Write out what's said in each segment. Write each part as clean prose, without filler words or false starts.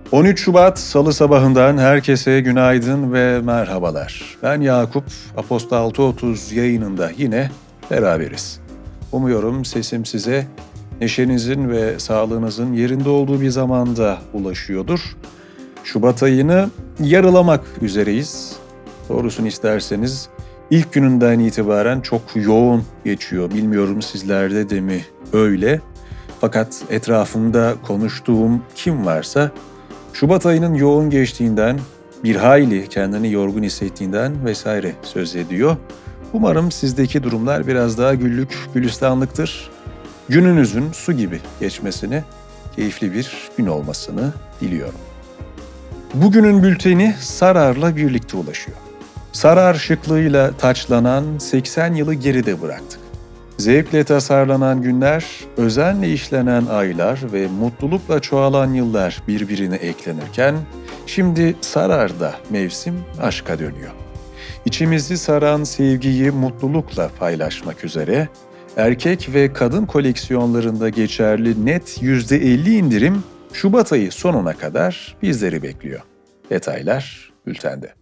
13 Şubat Salı sabahından herkese günaydın ve merhabalar. Ben Yakup, Aposta 6.30 yayınında yine beraberiz. Umuyorum sesim size neşenizin ve sağlığınızın yerinde olduğu bir zamanda ulaşıyordur. Şubat ayını yarılamak üzereyiz. Doğrusunu isterseniz ilk gününden itibaren çok yoğun geçiyor. Bilmiyorum sizlerde de mi öyle? Fakat etrafımda konuştuğum kim varsa Şubat ayının yoğun geçtiğinden, bir hayli kendini yorgun hissettiğinden vesaire söz ediyor. Umarım sizdeki durumlar biraz daha güllük, gülistanlıktır. Gününüzün su gibi geçmesini, keyifli bir gün olmasını diliyorum. Bugünün bülteni Sarar'la birlikte ulaşıyor. Sarar şıklığıyla taçlanan 80 yılı geride bıraktık. Zevkle tasarlanan günler, özenle işlenen aylar ve mutlulukla çoğalan yıllar birbirine eklenirken, şimdi Sarar'da mevsim aşka dönüyor. İçimizi saran sevgiyi mutlulukla paylaşmak üzere, erkek ve kadın koleksiyonlarında geçerli net %50 indirim Şubat ayı sonuna kadar bizleri bekliyor. Detaylar bültende.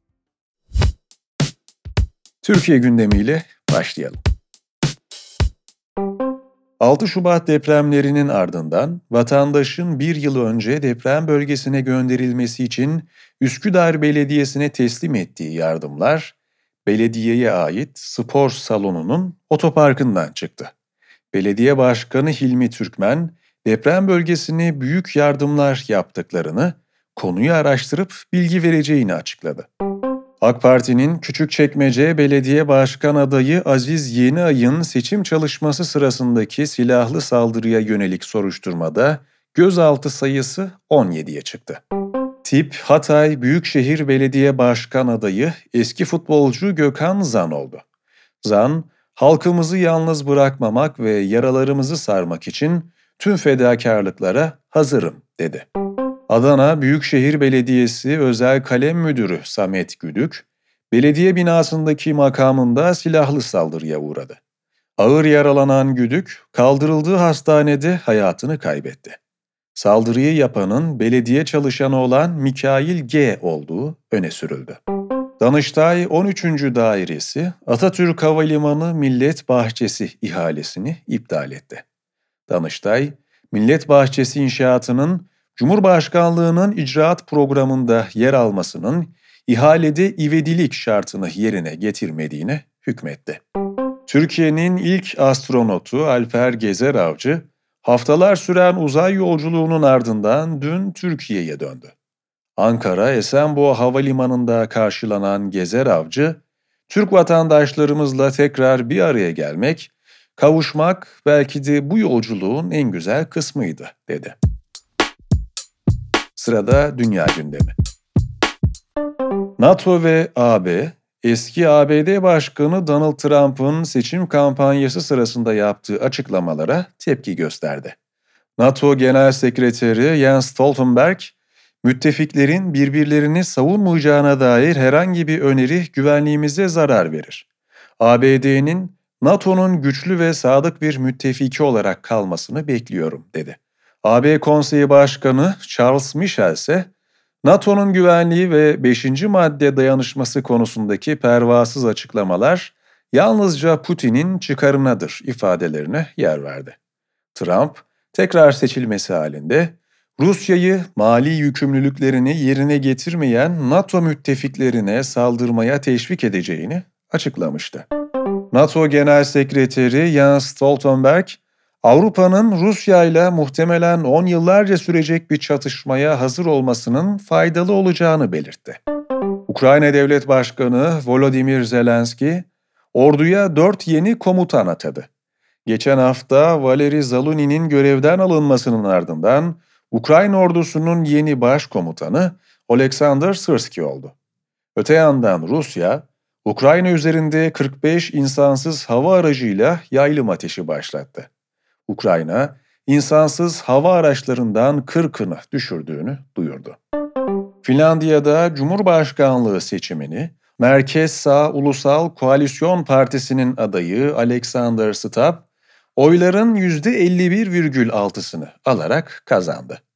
Türkiye gündemiyle başlayalım. 6 Şubat depremlerinin ardından vatandaşın bir yıl önce deprem bölgesine gönderilmesi için Üsküdar Belediyesi'ne teslim ettiği yardımlar, belediyeye ait spor salonunun otoparkından çıktı. Belediye Başkanı Hilmi Türkmen, deprem bölgesine büyük yardımlar yaptıklarını, konuyu araştırıp bilgi vereceğini açıkladı. AK Parti'nin Küçükçekmece Belediye Başkan adayı Aziz Yeniay'ın seçim çalışması sırasındaki silahlı saldırıya yönelik soruşturmada gözaltı sayısı 17'ye çıktı. Tip Hatay Büyükşehir Belediye Başkan adayı eski futbolcu Gökhan Zan oldu. Zan, halkımızı yalnız bırakmamak ve yaralarımızı sarmak için tüm fedakarlıklara hazırım dedi. Adana Büyükşehir Belediyesi Özel Kalem Müdürü Samet Güdük, belediye binasındaki makamında silahlı saldırıya uğradı. Ağır yaralanan Güdük, kaldırıldığı hastanede hayatını kaybetti. Saldırıyı yapanın belediye çalışanı olan Mikail G. olduğu öne sürüldü. Danıştay 13. Dairesi Atatürk Havalimanı Millet Bahçesi ihalesini iptal etti. Danıştay, Millet Bahçesi inşaatının Cumhurbaşkanlığının icraat programında yer almasının ihalede ivedilik şartını yerine getirmediğine hükmetti. Türkiye'nin ilk astronotu Alper Gezer Avcı, haftalar süren uzay yolculuğunun ardından dün Türkiye'ye döndü. Ankara Esenboğa Havalimanı'nda karşılanan Gezer Avcı, Türk vatandaşlarımızla tekrar bir araya gelmek, kavuşmak belki de bu yolculuğun en güzel kısmıydı, dedi. Sırada dünya gündemi. NATO ve AB, eski ABD Başkanı Donald Trump'ın seçim kampanyası sırasında yaptığı açıklamalara tepki gösterdi. NATO Genel Sekreteri Jens Stoltenberg, müttefiklerin birbirlerini savunmayacağına dair herhangi bir öneri güvenliğimize zarar verir. ABD'nin NATO'nun güçlü ve sadık bir müttefiki olarak kalmasını bekliyorum, dedi. AB Konseyi Başkanı Charles Michel ise NATO'nun güvenliği ve 5. madde dayanışması konusundaki pervasız açıklamalar yalnızca Putin'in çıkarınadır ifadelerine yer verdi. Trump, tekrar seçilmesi halinde Rusya'yı mali yükümlülüklerini yerine getirmeyen NATO müttefiklerine saldırmaya teşvik edeceğini açıklamıştı. NATO Genel Sekreteri Jens Stoltenberg, Avrupa'nın Rusya ile muhtemelen 10 yıllarca sürecek bir çatışmaya hazır olmasının faydalı olacağını belirtti. Ukrayna Devlet Başkanı Volodymyr Zelenski, orduya 4 yeni komutan atadı. Geçen hafta Valery Zaluzny'nin görevden alınmasının ardından Ukrayna ordusunun yeni başkomutanı Oleksandr Sırski oldu. Öte yandan Rusya, Ukrayna üzerinde 45 insansız hava aracıyla yaylım ateşi başlattı. Ukrayna, insansız hava araçlarından 40'ını düşürdüğünü duyurdu. Finlandiya'da Cumhurbaşkanlığı seçimini Merkez Sağ Ulusal Koalisyon Partisi'nin adayı Alexander Stubb, oyların %51,6'sını alarak kazandı.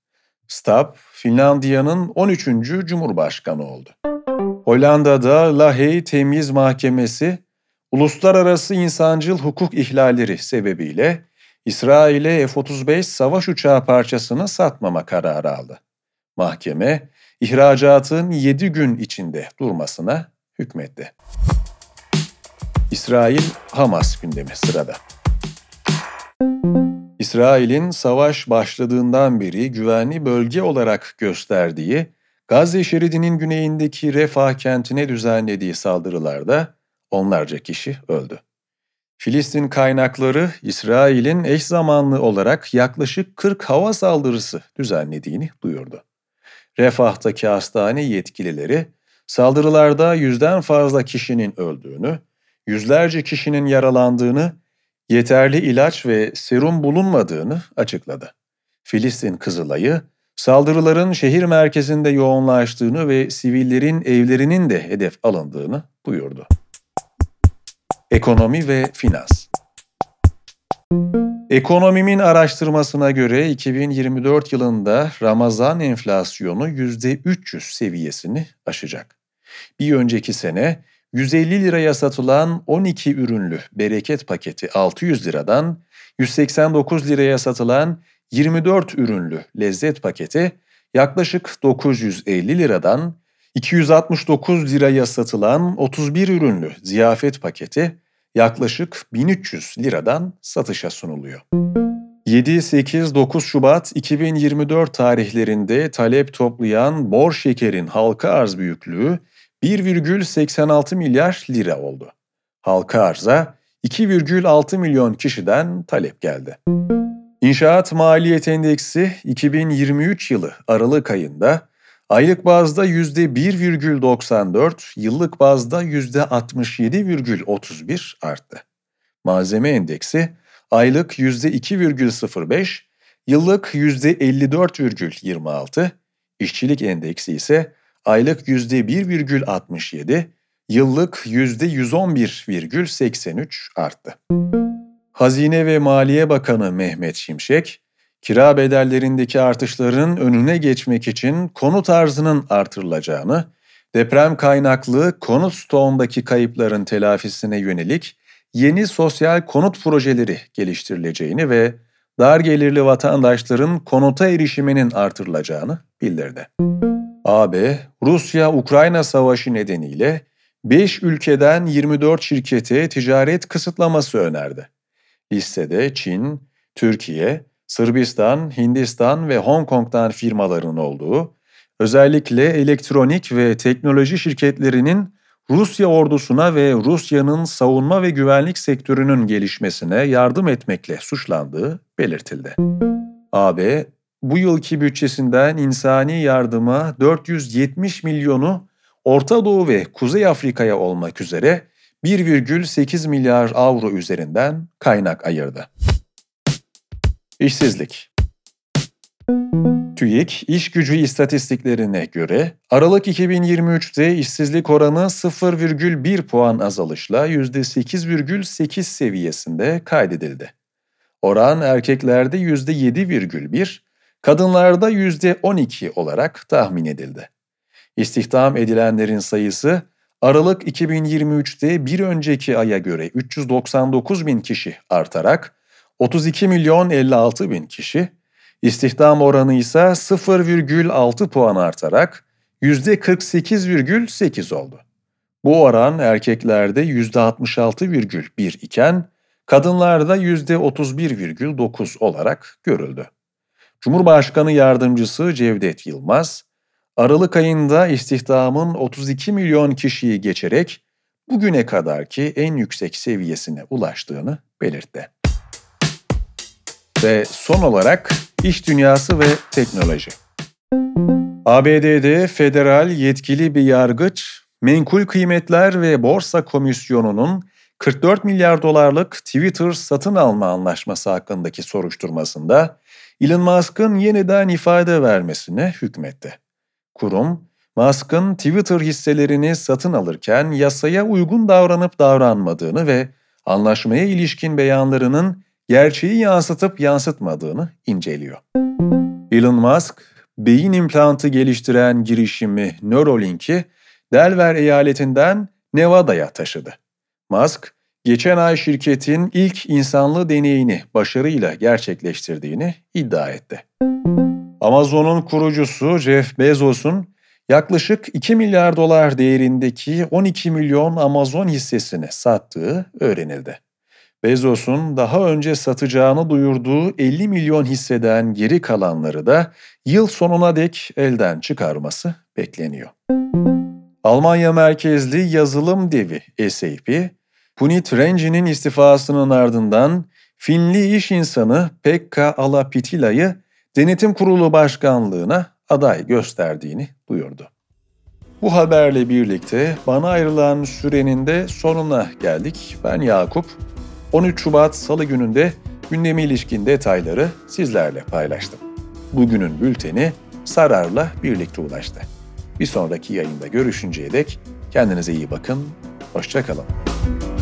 Stubb, Finlandiya'nın 13. Cumhurbaşkanı oldu. Hollanda'da Lahey Temyiz Mahkemesi, uluslararası insancıl hukuk ihlalleri sebebiyle İsrail'e F-35 savaş uçağı parçasını satmama kararı aldı. Mahkeme, ihracatın 7 gün içinde durmasına hükmetti. İsrail-Hamas gündemi sırada. İsrail'in savaş başladığından beri güvenli bölge olarak gösterdiği Gazze şeridinin güneyindeki Refah kentine düzenlediği saldırılarda onlarca kişi öldü. Filistin kaynakları İsrail'in eş zamanlı olarak yaklaşık 40 hava saldırısı düzenlediğini duyurdu. Refah'taki hastane yetkilileri saldırılarda 100'den fazla kişinin öldüğünü, yüzlerce kişinin yaralandığını, yeterli ilaç ve serum bulunmadığını açıkladı. Filistin Kızılayı, saldırıların şehir merkezinde yoğunlaştığını ve sivillerin evlerinin de hedef alındığını duyurdu. Ekonomi ve finans. Ekonomimin araştırmasına göre 2024 yılında Ramazan enflasyonu %300 seviyesini aşacak. Bir önceki sene 150 liraya satılan 12 ürünlü bereket paketi 600 liradan 189 liraya satılan 24 ürünlü lezzet paketi yaklaşık 950 liradan 269 liraya satılan 31 ürünlü ziyafet paketi yaklaşık 1300 liradan satışa sunuluyor. 7, 8, 9 Şubat 2024 tarihlerinde talep toplayan bor şekerin halka arz büyüklüğü 1,86 milyar lira oldu. Halka arza 2,6 milyon kişiden talep geldi. İnşaat Maliyet Endeksi 2023 yılı Aralık ayında aylık bazda %1,94, yıllık bazda %67,31 arttı. Malzeme Endeksi aylık %2,05, yıllık %54,26, işçilik endeksi ise aylık %1,67, yıllık %111,83 arttı. Hazine ve Maliye Bakanı Mehmet Şimşek, kira bedellerindeki artışların önüne geçmek için konut arzının artırılacağını, deprem kaynaklı konut stoğundaki kayıpların telafisine yönelik yeni sosyal konut projeleri geliştirileceğini ve dar gelirli vatandaşların konuta erişiminin artırılacağını bildirdi. AB, Rusya-Ukrayna savaşı nedeniyle 5 ülkeden 24 şirkete ticaret kısıtlaması önerdi. Listede Çin, Türkiye, Sırbistan, Hindistan ve Hong Kong'dan firmaların olduğu, özellikle elektronik ve teknoloji şirketlerinin Rusya ordusuna ve Rusya'nın savunma ve güvenlik sektörünün gelişmesine yardım etmekle suçlandığı belirtildi. AB, bu yılki bütçesinden insani yardıma 470 milyonu Orta Doğu ve Kuzey Afrika'ya olmak üzere 1,8 milyar avro üzerinden kaynak ayırdı. İşsizlik. TÜİK iş gücü istatistiklerine göre Aralık 2023'te işsizlik oranı 0,1 puan azalışla %8,8 seviyesinde kaydedildi. Oran erkeklerde %7,1, kadınlarda %12 olarak tahmin edildi. İstihdam edilenlerin sayısı Aralık 2023'te bir önceki aya göre 399 bin kişi artarak 32 milyon 56 bin kişi, istihdam oranı ise 0,6 puan artarak %48,8 oldu. Bu oran erkeklerde %66,1 iken kadınlarda %31,9 olarak görüldü. Cumhurbaşkanı Yardımcısı Cevdet Yılmaz, Aralık ayında istihdamın 32 milyon kişiyi geçerek bugüne kadarki en yüksek seviyesine ulaştığını belirtti. Ve son olarak iş dünyası ve teknoloji. ABD'de federal yetkili bir yargıç, Menkul Kıymetler ve Borsa Komisyonu'nun 44 milyar dolarlık Twitter satın alma anlaşması hakkındaki soruşturmasında Elon Musk'ın yeniden ifade vermesine hükmetti. Kurum, Musk'ın Twitter hisselerini satın alırken yasaya uygun davranıp davranmadığını ve anlaşmaya ilişkin beyanlarının gerçeği yansıtıp yansıtmadığını inceliyor. Elon Musk, beyin implantı geliştiren girişimi Neuralink'i Delaware eyaletinden Nevada'ya taşıdı. Musk, geçen ay şirketin ilk insanlı deneyini başarıyla gerçekleştirdiğini iddia etti. Amazon'un kurucusu Jeff Bezos'un yaklaşık 2 milyar dolar değerindeki 12 milyon Amazon hissesini sattığı öğrenildi. Bezos'un daha önce satacağını duyurduğu 50 milyon hisseden geri kalanları da yıl sonuna dek elden çıkarması bekleniyor. Almanya merkezli yazılım devi SAP, Punit Renji'nin istifasının ardından Finli iş insanı Pekka Ala-Pitila'yı Denetim Kurulu Başkanlığına aday gösterdiğini duyurdu. Bu haberle birlikte bana ayrılan sürenin de sonuna geldik. Ben Yakup. 13 Şubat Salı gününde gündeme ilişkin detayları sizlerle paylaştım. Bugünün bülteni Sarar'la birlikte ulaştı. Bir sonraki yayında görüşünceye dek kendinize iyi bakın, hoşça kalın.